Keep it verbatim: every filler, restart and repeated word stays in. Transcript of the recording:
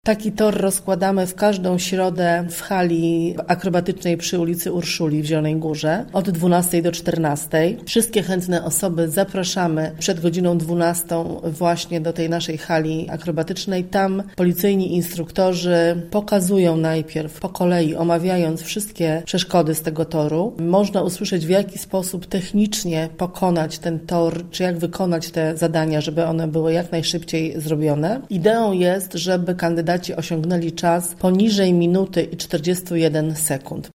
Taki tor rozkładamy w każdą środę w hali akrobatycznej przy ulicy Urszuli w Zielonej Górze od dwunastej do czternastej. Wszystkie chętne osoby zapraszamy przed godziną dwunastą właśnie do tej naszej hali akrobatycznej. Tam policyjni instruktorzy pokazują najpierw po kolei, omawiając wszystkie przeszkody z tego toru. Można usłyszeć, w jaki sposób technicznie pokonać ten tor, czy jak wykonać te zadania, żeby one były jak najszybciej zrobione. Ideą jest, żeby kandydaci osiągnęli czas poniżej minuty i czterdzieści jeden sekund.